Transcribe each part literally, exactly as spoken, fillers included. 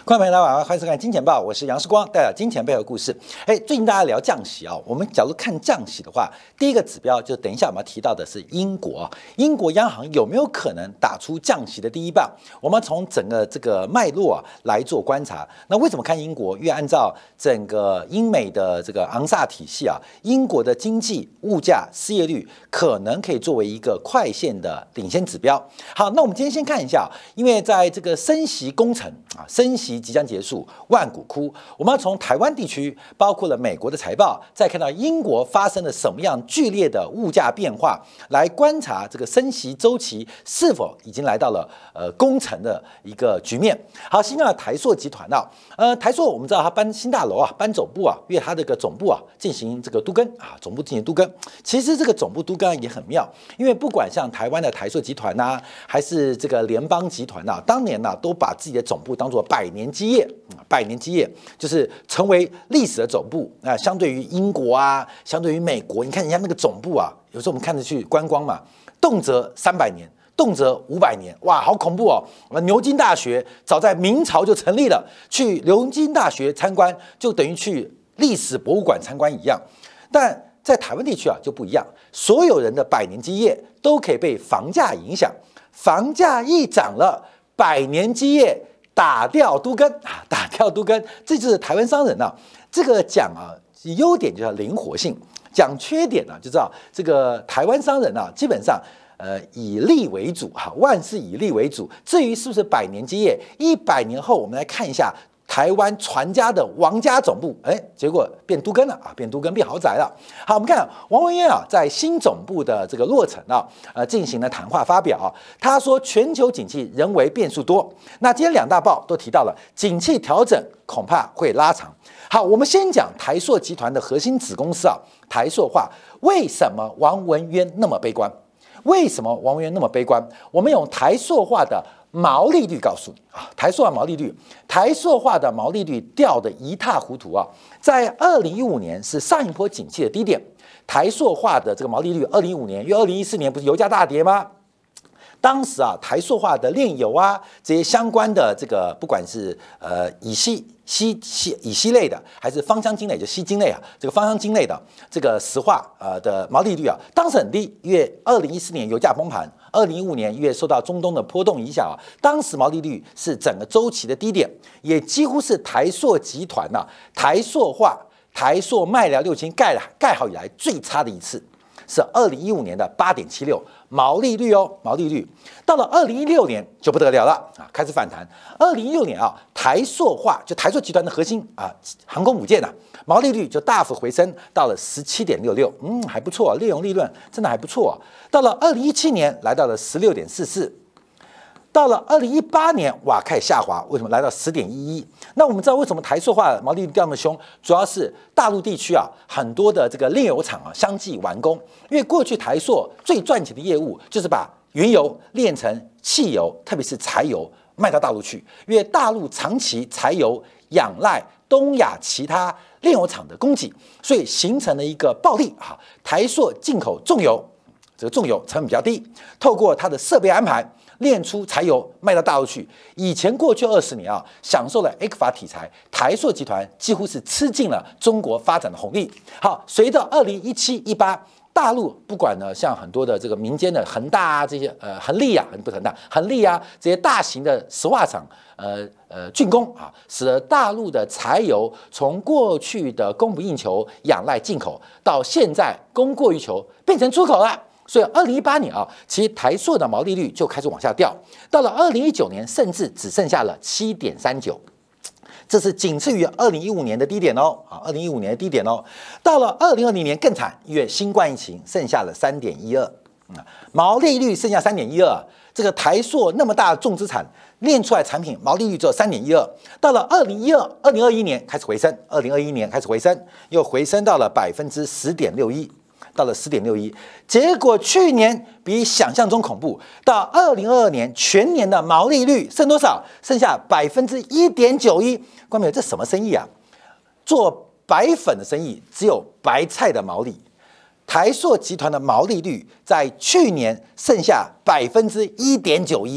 观众朋友大家好，欢迎收看《金钱报》，我是杨世光，带来金钱背后的故事。哎，最近大家聊降息啊，我们假如看降息的话，第一个指标就等一下我们要提到的是英国，英国央行有没有可能打出降息的第一棒？我们从整个这个脉络啊来做观察。那为什么看英国？因为按照整个英美的这个昂萨体系啊，英国的经济、物价、失业率可能可以作为一个快线的领先指标。好，那我们今天先看一下，因为在这个升息工程啊，升息即将结束，万古枯。我们要从台湾地区，包括了美国的财报，再看到英国发生了什么样剧烈的物价变化，来观察这个升息周期是否已经来到了呃攻城的一个局面。好，先看台塑集团啊，呃，台塑我们知道它搬新大楼啊，搬总部啊，因为它这个总部啊进行这个都更啊，总部进行都更。其实这个总部都更也很妙，因为不管像台湾的台塑集团呐、啊，还是这个联邦集团呐、啊，当年呐、啊、都把自己的总部当作百年基业，百年基业就是成为历史的总部。那相对于英国啊，相对于美国，你看人家那个总部啊，有时候我们看着去观光嘛，动辄三百年。动辄五百年，哇，好恐怖哦！牛津大学早在明朝就成立了，去牛津大学参观就等于去历史博物馆参观一样。但在台湾地区啊就不一样，所有人的百年基业都可以被房价影响，房价一涨了，百年基业打掉都更啊，打掉都更，这就是台湾商人啊。这个讲啊，优点就叫灵活性，讲缺点呢、啊，就知道这个台湾商人啊，基本上。呃，以利为主哈，万事以利为主。至于是不是百年基业，一百年后我们来看一下台湾传家的王家总部，哎，结果变都更了啊，变都更变豪宅了。好，我们看王文渊啊，在新总部的这个落成啊，呃，进行了谈话发表、啊，他说全球景气人为变数多。那今天两大报都提到了，景气调整恐怕会拉长。好，我们先讲台塑集团的核心子公司啊，台塑化，为什么王文渊那么悲观？为什么王文渊那么悲观？我们用台塑化的毛利率告诉你啊，台塑化毛利率，台塑化的毛利率掉得一塌糊涂啊！在二零一五年是上一波景气的低点，台塑化的这个毛利率，二零一五年，因为二零一四年不是油价大跌吗？当时啊，台塑化的炼油啊，这些相关的这个，不管是呃乙烯、烯烯乙烯类的，还是芳香精类，就烯精类啊，这个芳香精类的这个石化呃的毛利率啊，当时很低，因为二零一四年油价崩盘，二零一五年因为受到中东的波动影响啊，当时毛利率是整个周期的低点，也几乎是台塑集团呐、啊，台塑化、台塑麦寮六轻盖盖好以来最差的一次。是二零一五年的八点七六毛利率哦，毛利率到了二零一六年就不得了了啊，开始反弹。二零一六年啊，台塑化就台塑集团的核心啊，航空母舰呐、啊，毛利率就大幅回升到了十七点六六，嗯，还不错、啊，利用利润真的还不错、啊。到了二零一七年来到了十六点四四。到了二零一八年，哇，开始下滑，为什么来到十点一一？那我们知道为什么台塑化毛利率掉那么凶，主要是大陆地区啊很多的这个炼油厂啊相继完工，因为过去台塑最赚钱的业务就是把原油炼成汽油，特别是柴油卖到大陆去，因为大陆长期柴油仰赖东亚其他炼油厂的供给，所以形成了一个暴利啊。台塑进口重油，这个重油成本比较低，透过它的设备安排。炼出柴油卖到大陆去，以前过去二十年啊，享受了 E C F A 题材，台塑集团几乎是吃尽了中国发展的红利。好，随着二零一七一八，大陆不管呢，像很多的这个民间的恒大啊，这些呃恒力啊，不是恒大，恒力啊这些大型的石化厂，呃呃竣工啊，使得大陆的柴油从过去的供不应求、仰赖进口，到现在供过于求，变成出口了。所以，二零一八年啊，其实台塑的毛利率就开始往下掉，到了二零一九年，甚至只剩下了七点三九，这是仅次于二零一五年的低点哦，啊，二零一五年的低点哦。到了二零二零年更惨，因为新冠疫情，剩下了三点一二，毛利率剩下三点一二，这个台塑那么大的重资产炼出来产品，毛利率只有三点一二。到了二零一二、二零二一年开始回升，二零二一年开始回升，又回升到了百分之十点六一。到了十点六一，结果去年比想象中恐怖，到二零二二年全年的毛利率剩多少？剩下百分之一点九一。观众朋友，这什么生意啊？做白粉的生意，只有白菜的毛利。台塑集团的毛利率在去年剩下百分之一点九一，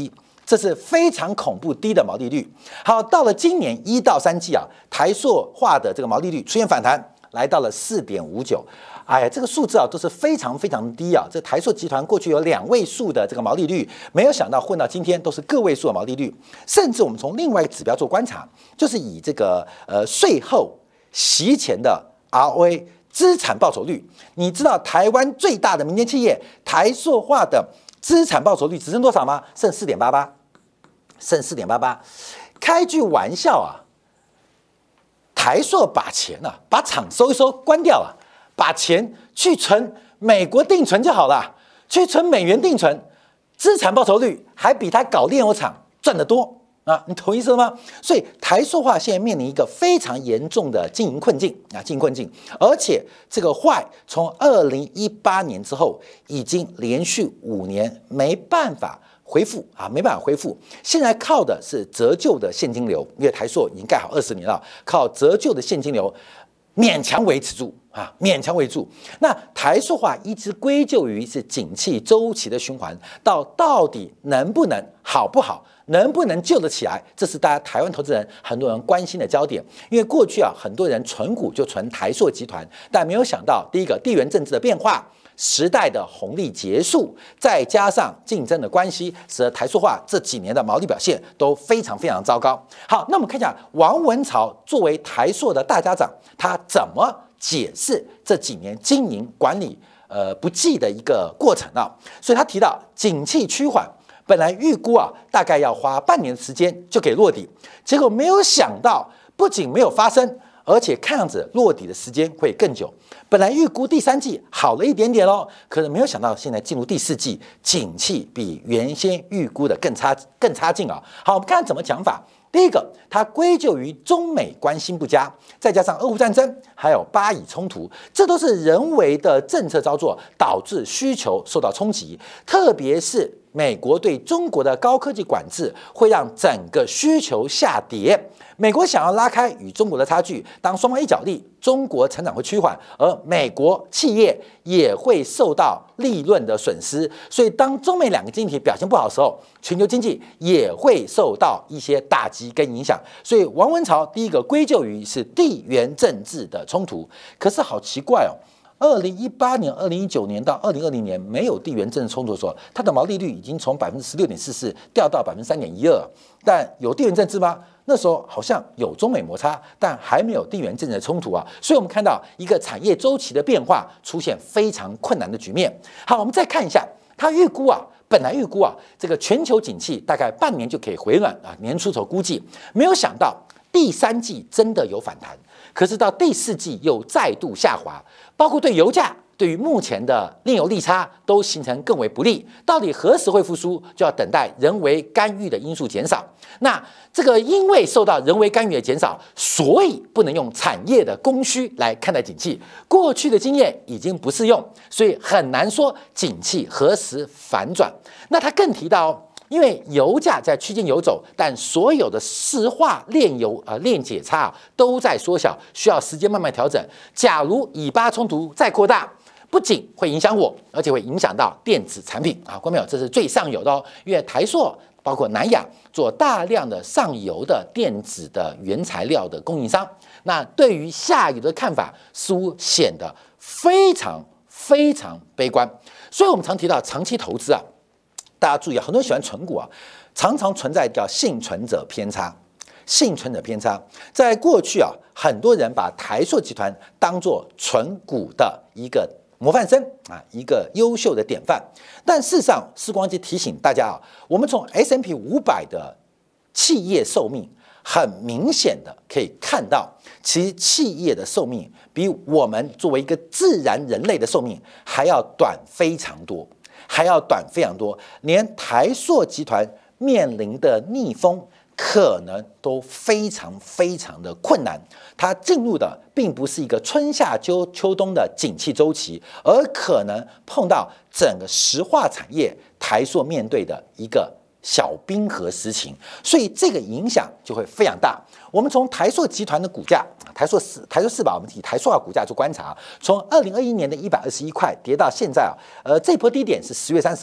这是非常恐怖低的毛利率。好，到了今年一到三季啊，台塑化的这个毛利率出现反弹，来到了四点五九。哎呀，这个数字啊都是非常非常低啊！这台塑集团过去有两位数的这个毛利率，没有想到混到今天都是个位数的毛利率。甚至我们从另外一个指标做观察，就是以这个呃税后息前的 R O A 资产报酬率，你知道台湾最大的民间企业台塑化的资产报酬率只剩多少吗？剩四点八八，剩四点八八。开句玩笑啊，台塑把钱啊，把厂收一收，关掉了。把钱去存美国定存就好了，去存美元定存，资产报酬率还比他搞炼油厂赚得多啊！你懂意思吗？所以台塑化现在面临一个非常严重的经营困境啊，经营困境，而且这个坏从二零一八年之后已经连续五年没办法恢复啊，没办法恢复。现在靠的是折旧的现金流，因为台塑已经盖好二十年了，靠折旧的现金流勉强维持住。啊，勉强为主。那台塑化一直归咎于是景气周期的循环，到到底能不能好不好，能不能救得起来，这是大家台湾投资人很多人关心的焦点。因为过去啊，很多人存股就存台塑集团，但没有想到，第一个地缘政治的变化。时代的红利结束，再加上竞争的关系，使得台塑化这几年的毛利表现都非常非常糟糕。好，那我们看一下王文潮作为台塑的大家长，他怎么解释这几年经营管理呃不济的一个过程啊？所以他提到，景气趋缓，本来预估啊大概要花半年的时间就可以落底，结果没有想到，不仅没有发生。而且看样子落底的时间会更久。本来预估第三季好了一点点咯，可是没有想到现在进入第四季，景气比原先预估的更差更差劲啊！好，我们看看怎么讲法。第一个，它归咎于中美关系不佳，再加上俄乌战争，还有巴以冲突，这都是人为的政策操作导致需求受到冲击，特别是美国对中国的高科技管制，会让整个需求下跌。美国想要拉开与中国的差距，当双方一角力，中国成长会趋缓，而美国企业也会受到利润的损失。所以，当中美两个经济体表现不好的时候，全球经济也会受到一些打击跟影响。所以，王文潮第一个归咎于是地缘政治的冲突。可是好奇怪哦。二零一八年、二零一九年到二零二零年没有地缘政治冲突的时候，它的毛利率已经从百分之十六点四四掉到百分之三点一二。但有地缘政治吗？那时候好像有中美摩擦，但还没有地缘政治的冲突啊。所以我们看到一个产业周期的变化出现非常困难的局面。好，我们再看一下，它预估啊，本来预估啊，这个全球景气大概半年就可以回暖啊，年初头估计，没有想到第三季真的有反弹。可是到第四季又再度下滑，包括对油价、对于目前的炼油利差都形成更为不利。到底何时会复苏，就要等待人为干预的因素减少。那这个因为受到人为干预的减少，所以不能用产业的供需来看待景气。过去的经验已经不适用，所以很难说景气何时反转。那他更提到，因为油价在区间游走，但所有的石化炼油呃炼解差、啊、都在缩小，需要时间慢慢调整。假如以巴冲突再扩大，不仅会影响我，而且会影响到电子产品啊，观众朋友，这是最上游的哦。因为台塑包括南亚做大量的上游的电子的原材料的供应商，那对于下游的看法似乎显得非常非常悲观。所以我们常提到长期投资啊。大家注意啊，很多人喜欢存股啊，常常存在叫幸存者偏差。幸存者偏差，在过去啊，很多人把台塑集团当作存股的一个模范生啊，一个优秀的典范。但事实上，时光机提醒大家啊，我们从 S and P 五百的企业寿命，很明显的可以看到，其实企业的寿命比我们作为一个自然人类的寿命还要短非常多。还要短非常多，连台塑集团面临的逆风可能都非常非常的困难。它进入的并不是一个春夏秋秋冬的景气周期，而可能碰到整个石化产业台塑面对的一个小冰河时期，所以这个影响就会非常大。我们从台塑集团的股价，台塑四台塑四宝，我们以台塑化股价做观察，从二零二一年的一百二十一块跌到现在啊，呃，这波低点是十月三十号，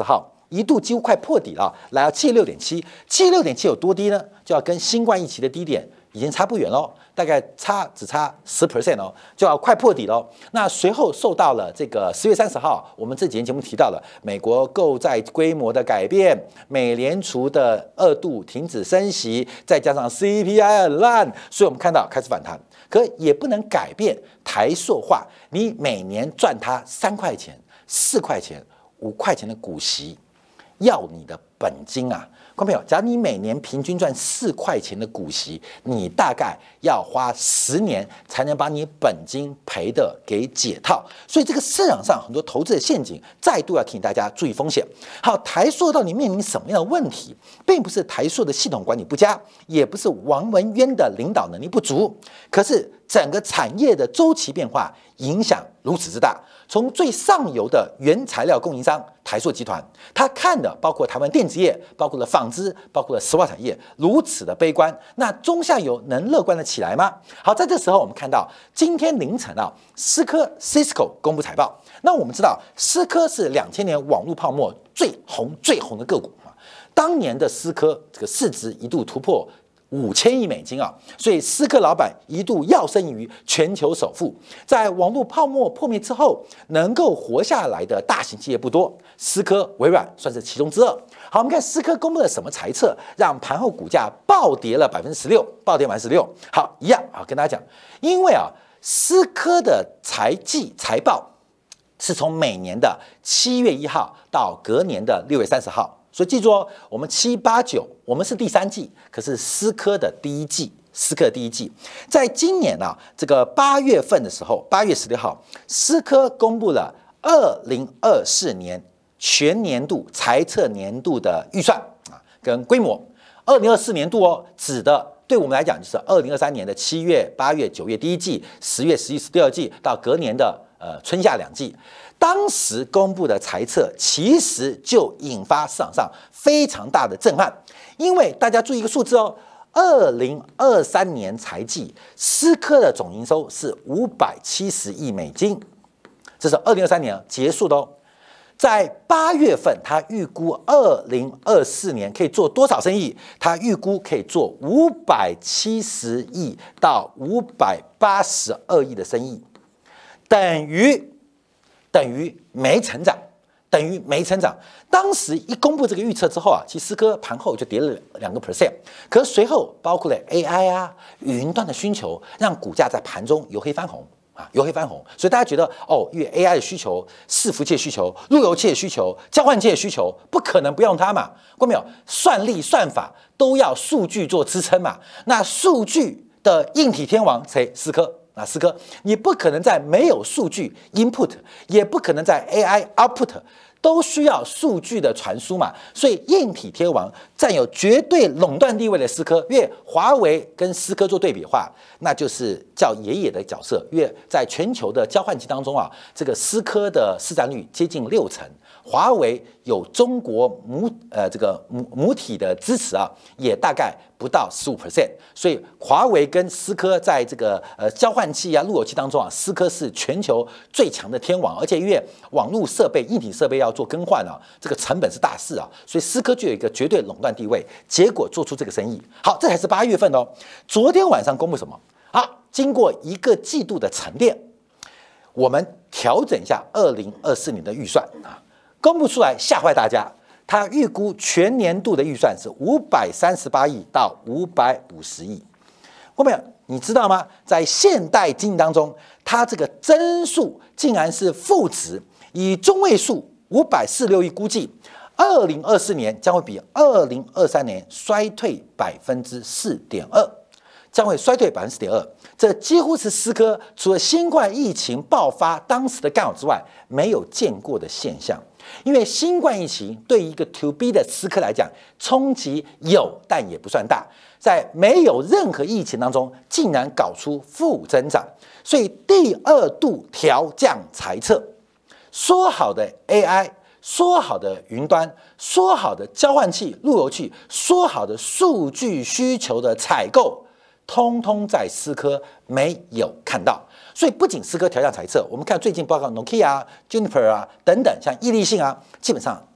一度几乎快破底了，来到七十六点七，七十六点七有多低呢？就要跟新冠疫情的低点已经差不远喽，大概差只差十 percent 哦，就要快破底喽。那随后受到了这个十月三十号，我们这几天节目提到了美国购债规模的改变，美联储的二度停止升息，再加上 C P I 很烂，所以我们看到开始反弹。可也不能改变台塑化，你每年赚它三块钱、四块钱、五块钱的股息，要你的本金啊！观众朋友，假如你每年平均赚四块钱的股息，你大概要花十年才能把你本金赔的给解套。所以这个市场上很多投资的陷阱，再度要提醒大家注意风险。好，台塑到底面临什么样的问题？并不是台塑的系统管理不佳，也不是王文渊的领导能力不足，可是整个产业的周期变化影响如此之大。从最上游的原材料供应商台塑集团，他看的包括台湾电子业，包括了纺织，包括了石化产业，如此的悲观，那中下游能乐观的起来吗？好，在这时候我们看到今天凌晨啊，思科 Cisco 公布财报。那我们知道思科是两千年网络泡沫最红最红的个股啊，当年的思科这个市值一度突破五千亿美金啊，所以思科老板一度跃升于全球首富。在网络泡沫破灭之后，能够活下来的大型企业不多，思科、微软算是其中之二。好，我们看思科公布了什么财测，让盘后股价暴跌了百分之十六，暴跌百分之十六。好，一样啊，跟大家讲，因为啊，思科的财季财报是从每年的七月一号到隔年的六月三十号。所以记住哦，我们七八九，我们是第三季，可是思科的第一季，思科第一季，在今年啊，这个八月份的时候，八月十六号，思科公布了二零二四年全年度财测年度的预算啊跟规模。二零二四年度哦，指的对我们来讲就是二零二三年的七月、八月、九月第一季，十月、十一、十第二季，到隔年的呃春夏两季。当时公布的财测，其实就引发市场上非常大的震撼，因为大家注意一个数字哦，二零二三年财季，思科的总营收是五百七十亿美金，这是二零二三年结束的哦。在八月份，他预估二零二四年可以做多少生意？他预估可以做五百七十亿到五百八十二亿的生意，等于。等于没成长，等于没成长。当时一公布这个预测之后啊，其实思科盘后就跌了两个 percent。可是随后包括了 A I 啊、云端的需求，让股价在盘中由黑翻红啊，由黑翻红。所以大家觉得哦，因为 A I 的需求、伺服器的需求、路由器的需求、交换器的需求，不可能不用它嘛。过没有？算力、算法都要数据做支撑嘛。那数据的硬体天王谁？思科。啊，思科，你不可能在没有数据 input， 也不可能在 A I output， 都需要数据的传输嘛。所以硬体天王占有绝对垄断地位的思科，因为华为跟思科做对比的话，那就是叫爷爷的角色。因为在全球的交换机当中啊，这个思科的市占率接近六成。华为有中国母呃这个母母体的支持啊，也大概不到十五 percent， 所以华为跟思科在这个呃交换器啊、路由器当中啊，思科是全球最强的天王，而且因为网络设备、硬体设备要做更换啊，这个成本是大事啊，所以思科就有一个绝对垄断地位，结果做出这个生意。好，这才是八月份哦。昨天晚上公布什么？好，经过一个季度的沉淀，我们调整一下二零二四年的预算啊。公布出来吓坏大家，他预估全年度的预算是五百三十八亿到五百五十亿。各位，你知道吗？在现代经济当中，它这个增速竟然是负值，以中位数五百四十六亿估计，二零二四年将会比二零二三年衰退百分之四点二。将会衰退百分之四点二，这几乎是思科除了新冠疫情爆发当时的干扰之外没有见过的现象。因为新冠疫情对一个 to B 的思科来讲，冲击有，但也不算大。在没有任何疫情当中，竟然搞出负增长，所以第二度调降财测。说好的 A I， 说好的云端，说好的交换器、路由器，说好的数据需求的采购。通通在思科没有看到，所以不仅思科调降财测，我们看最近包括 Nokia 啊、Juniper 啊等等，像毅力信啊，基本上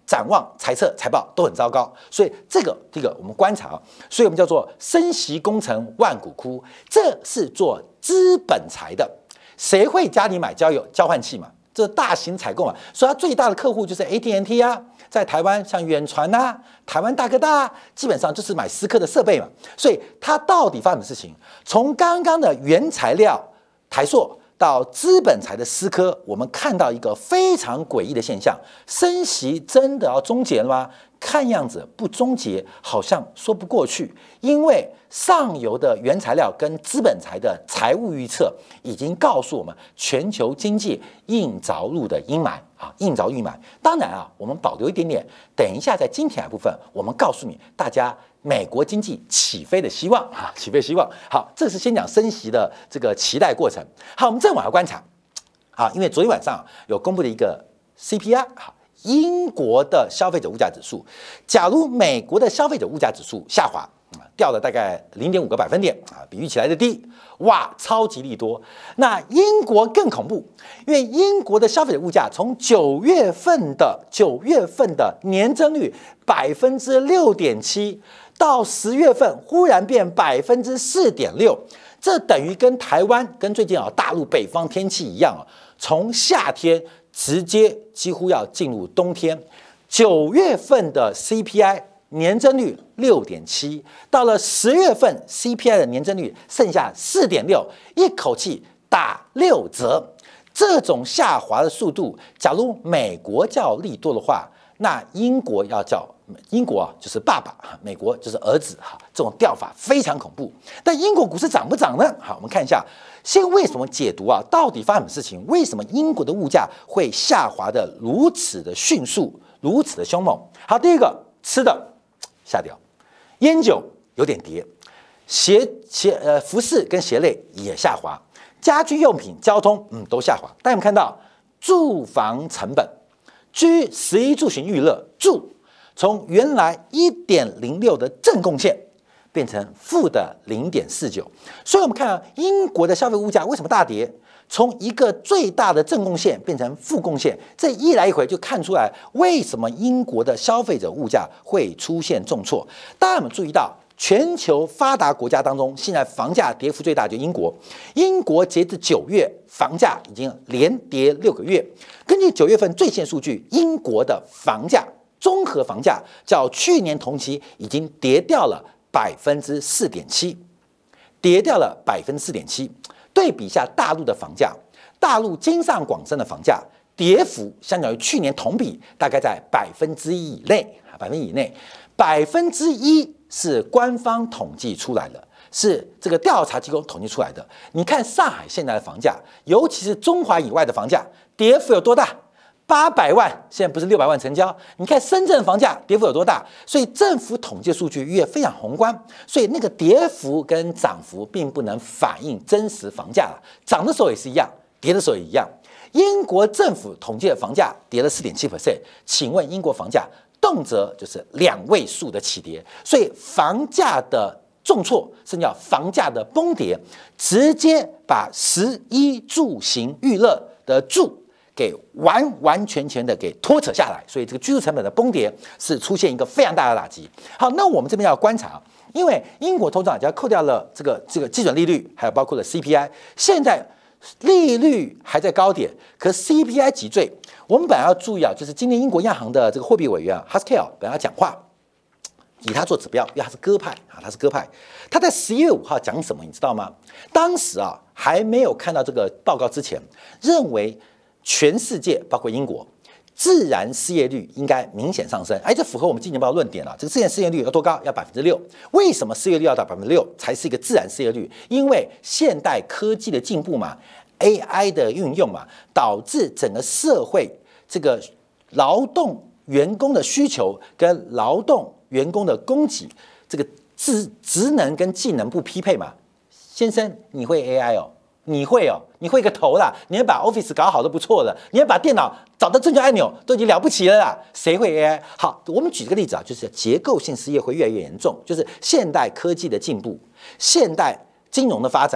展望、财测、财报都很糟糕。所以这个第一个我们观察啊，所以我们叫做升息功成万骨枯，这是做资本财的，谁会家里买交友交换器嘛？这大型采购嘛，所以它最大的客户就是 A T and T 啊，在台湾像远传啊、台湾大哥大啊，基本上就是买思科的设备嘛。所以它到底发生什么事情？从刚刚的原材料台塑到资本财的思科，我们看到一个非常诡异的现象：升息真的要终结了吗？看样子不终结，好像说不过去，因为上游的原材料跟资本财的财务预测已经告诉我们，全球经济硬着陆的阴霾啊，硬着陆阴霾。当然啊，我们保留一点点，等一下在精品部分，我们告诉你大家美国经济起飞的希望啊，起飞希望。好，这是先讲升息的这个期待过程。好，我们正往下观察啊，因为昨天晚上有公布的一个 C P I 好。英国的消费者物价指数，假如美国的消费者物价指数下滑啊，掉了大概零点五个百分点啊，比预期来的低，哇，超级利多。那英国更恐怖，因为英国的消费者物价从九月份的九月份的年增率百分之六点七，到十月份忽然变百分之四点六，这等于跟台湾跟最近啊大陆北方天气一样啊，从夏天直接几乎要进入冬天。九月份的 C P I 年增率六点七，到了十月份 C P I 的年增率剩下四点六，一口气打六折。这种下滑的速度，假如美国叫利多的话，那英国要叫英国啊，就是爸爸，美国就是儿子哈，这种调法非常恐怖。但英国股市涨不涨呢？好，我们看一下，先为什么解读啊？到底发生什么事情？为什么英国的物价会下滑的如此的迅速，如此的凶猛？好，第一个吃的下掉，烟酒有点跌，鞋鞋呃服饰跟鞋类也下滑，家居用品、交通嗯都下滑。大家有没有看到住房成本？居食衣住行娱乐住，从原来一点零六的正贡献变成负的零点四九，所以我们看啊，英国的消费物价为什么大跌？从一个最大的正贡献变成负贡献，这一来一回就看出来为什么英国的消费者物价会出现重挫。大家有没有注意到？全球发达国家当中，现在房价跌幅最大就英国。英国截至九月，房价已经连跌六个月。根据九月份最新数据，英国的房价综合房价较去年同期已经跌掉了百分之四点七，跌掉了百分之四点七。对比一下大陆的房价，大陆京上广深的房价跌幅相较于去年同比，大概在百分之一以内，百分之一以内，百分之一。是官方统计出来的，是这个调查机构统计出来的。你看上海现在的房价，尤其是中华以外的房价，跌幅有多大？八百万，现在不是六百万成交。你看深圳房价跌幅有多大？所以政府统计数据也非常宏观，所以那个跌幅跟涨幅并不能反映真实房价了。涨的时候也是一样，跌的时候也一样。英国政府统计的房价跌了四点七 percent， 请问英国房价？动辄就是两位数的起跌，所以房价的重挫，甚至叫房价的崩跌，直接把食衣住行娱乐的住给完完全全的给拖扯下来，所以这个居住成本的崩跌是出现一个非常大的打击。好，那我们这边要观察，因为英国通胀只要扣掉了这个这个基准利率，还有包括了 C P I， 现在利率还在高点，可 C P I 急坠。我们本来要注意啊，就是今年英国央行的这个货币委员啊 Haskell 本来要讲话，以他做指标，因为他是鸽派啊，他是鸽派。他在十一月五号讲什么，你知道吗？当时啊还没有看到这个报告之前，认为全世界包括英国自然失业率应该明显上升，哎，这符合我们今年报论点了。这个自然失业率要多高？要百分之六。为什么失业率要到百分之六才是一个自然失业率？因为现代科技的进步嘛。A I 的运用嘛，导致整个社会这个劳动员工的需求跟劳动员工的供给，这个职职能跟技能不匹配嘛。先生，你会 A I 哦？你会哦？你会个头啦！你要把 Office 搞好都不错了，你要把电脑找到正确按钮都已经了不起了啦！谁会 A I？ 好，我们举这个例子啊，就是结构性失业会越来越严重，就是现代科技的进步，现代金融的发展。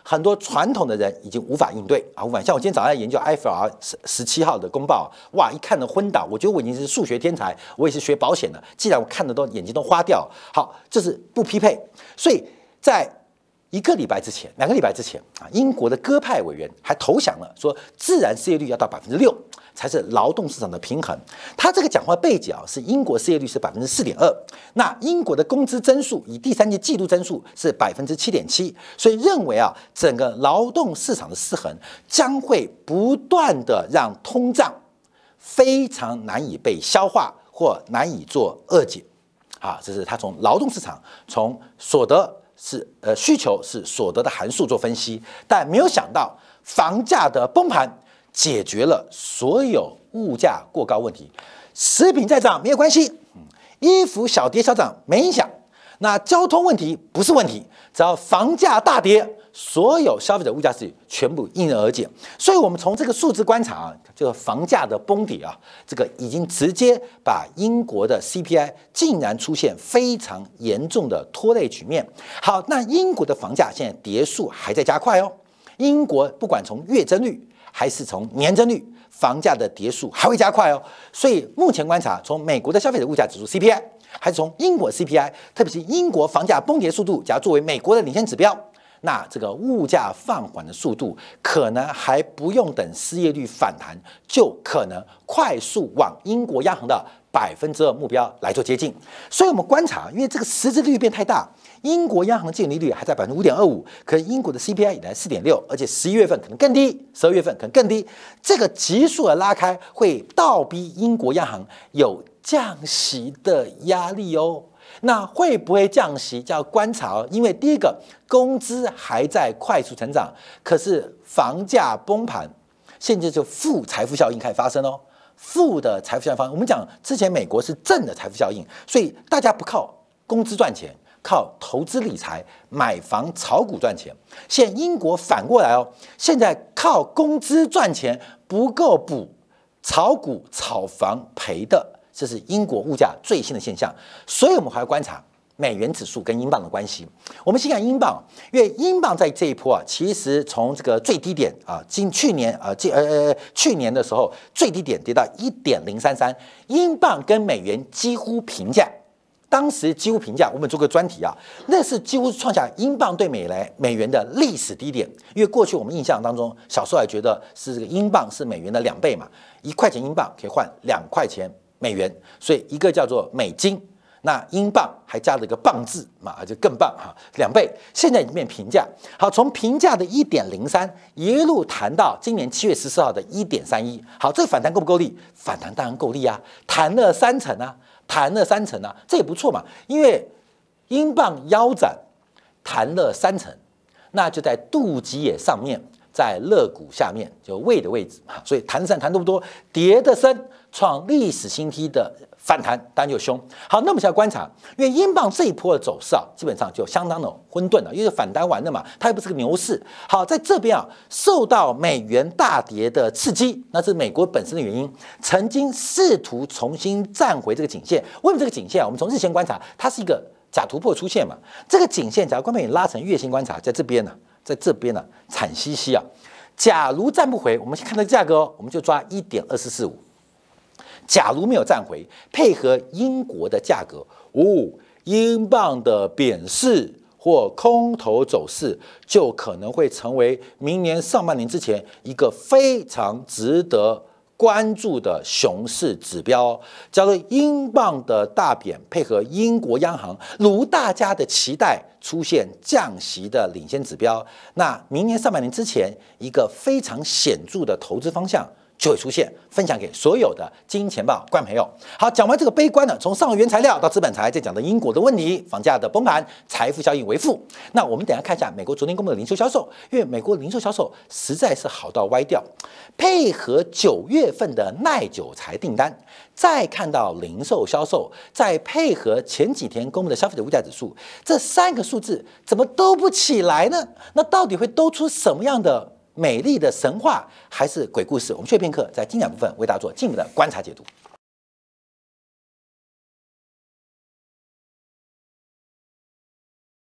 很多传统的人已经无法应对啊，无法。像我今天早上在研究 I F R 十十七号的公报，哇，一看都昏倒。我觉得我已经是数学天才，我也是学保险的，既然我看的都眼睛都花掉。好，这是不匹配。所以在一个礼拜之前，两个礼拜之前啊，英国的鸽派委员还投降了，说自然失业率要到百分之六才是劳动市场的平衡。他这个讲话背景啊，是英国失业率是百分之四点二，那英国的工资增速以第三季季度增速是百分之七点七，所以认为啊，整个劳动市场的失衡将会不断的让通胀非常难以被消化或难以做遏解。啊，这是他从劳动市场从所得。是呃需求是所得的函数做分析，但没有想到房价的崩盘解决了所有物价过高问题，食品再涨没有关系，衣服小跌小涨没影响，那交通问题不是问题，只要房价大跌，所有消费者物价指数全部迎刃而解。所以我们从这个数字观察啊，这个房价的崩跌啊，这个已经直接把英国的 C P I 竟然出现非常严重的拖累局面。好，那英国的房价现在跌速还在加快哦。英国不管从月增率还是从年增率，房价的跌速还会加快哦。所以目前观察，从美国的消费者物价指数 C P I， 还是从英国 C P I， 特别是英国房价崩跌速度，假如作为美国的领先指标。那这个物价放缓的速度，可能还不用等失业率反弹，就可能快速往英国央行的百分之二目标来做接近。所以我们观察，因为这个实质利率变太大，英国央行的基准利率还在百分之五点二五，可是英国的 C P I 已来四点六，而且十一月份可能更低，十二月份可能更低。这个急速的拉开，会倒逼英国央行有降息的压力哦。那会不会降息就要观察哦，因为第一个工资还在快速成长，可是房价崩盘，现在就负财富效应开始发生哦。负的财富效应发生，我们讲之前美国是正的财富效应，所以大家不靠工资赚钱，靠投资理财、买房、炒股赚钱。现在英国反过来哦，现在靠工资赚钱不够补，炒股、炒房赔的。这是英国物价最新的现象，所以我们还要观察美元指数跟英镑的关系。我们先看英镑，因为英镑在这一波啊，其实从这个最低点啊，今去年啊，这呃去年的时候最低点跌到一点零三三，英镑跟美元几乎平价。当时几乎平价，我们做个专题啊，那是几乎创下英镑对美来美元的历史低点。因为过去我们印象当中，小时候还觉得是这个英镑是美元的两倍嘛，一块钱英镑可以换两块钱。美元，所以一个叫做美金，那英镑还加了一个磅字嘛，就更棒哈，两倍。现在已经变平价，好，从平价的一点零三一路谈到今年七月十四号的一点三一，好，这个反弹够不够力？反弹当然够力啊，弹了三成啊，弹了三成啊，这也不错嘛，因为英镑腰斩，弹了三成，那就在肚脐眼上面。在肋骨下面，就胃的位置，所以弹上弹多不多？跌得深，创历史新低的反弹，当然就凶。好，那我们现在观察，因为英镑这一波的走势啊，基本上就相当的混沌了，因为反弹完了嘛，它又不是个牛市。好，在这边啊，受到美元大跌的刺激，那是美国本身的原因，曾经试图重新站回这个颈线。为什么这个颈线啊？我们从日线观察，它是一个假突破出现嘛。这个颈线，假如观众你拉成月线观察，在这边呢、啊。在这边呢、啊，惨兮兮啊！假如站不回，我们先看这个价格、哦，我们就抓一点二四四五。假如没有站回，配合英国的价格，哦，英镑的贬势或空头走势，就可能会成为明年上半年之前一个非常值得关注的熊市指标。假如英镑的大贬配合英国央行如大家的期待出现降息的领先指标，那明年上半年之前一个非常显著的投资方向就会出现，分享给所有的金钱豹观众朋友。好，讲完这个悲观呢，从上游原材料到资本财，再讲到英国的问题，房价的崩盘，财富效应为负。那我们等一下看一下美国昨天公布的零售销售，因为美国零售销售实在是好到歪掉，配合九月份的耐久材订单，再看到零售销售，再配合前几天公布的消费者物价指数，这三个数字怎么都不起来呢？那到底会兜出什么样的美丽的神话还是鬼故事？我们却片刻在精讲部分为大家做进一步的观察解读。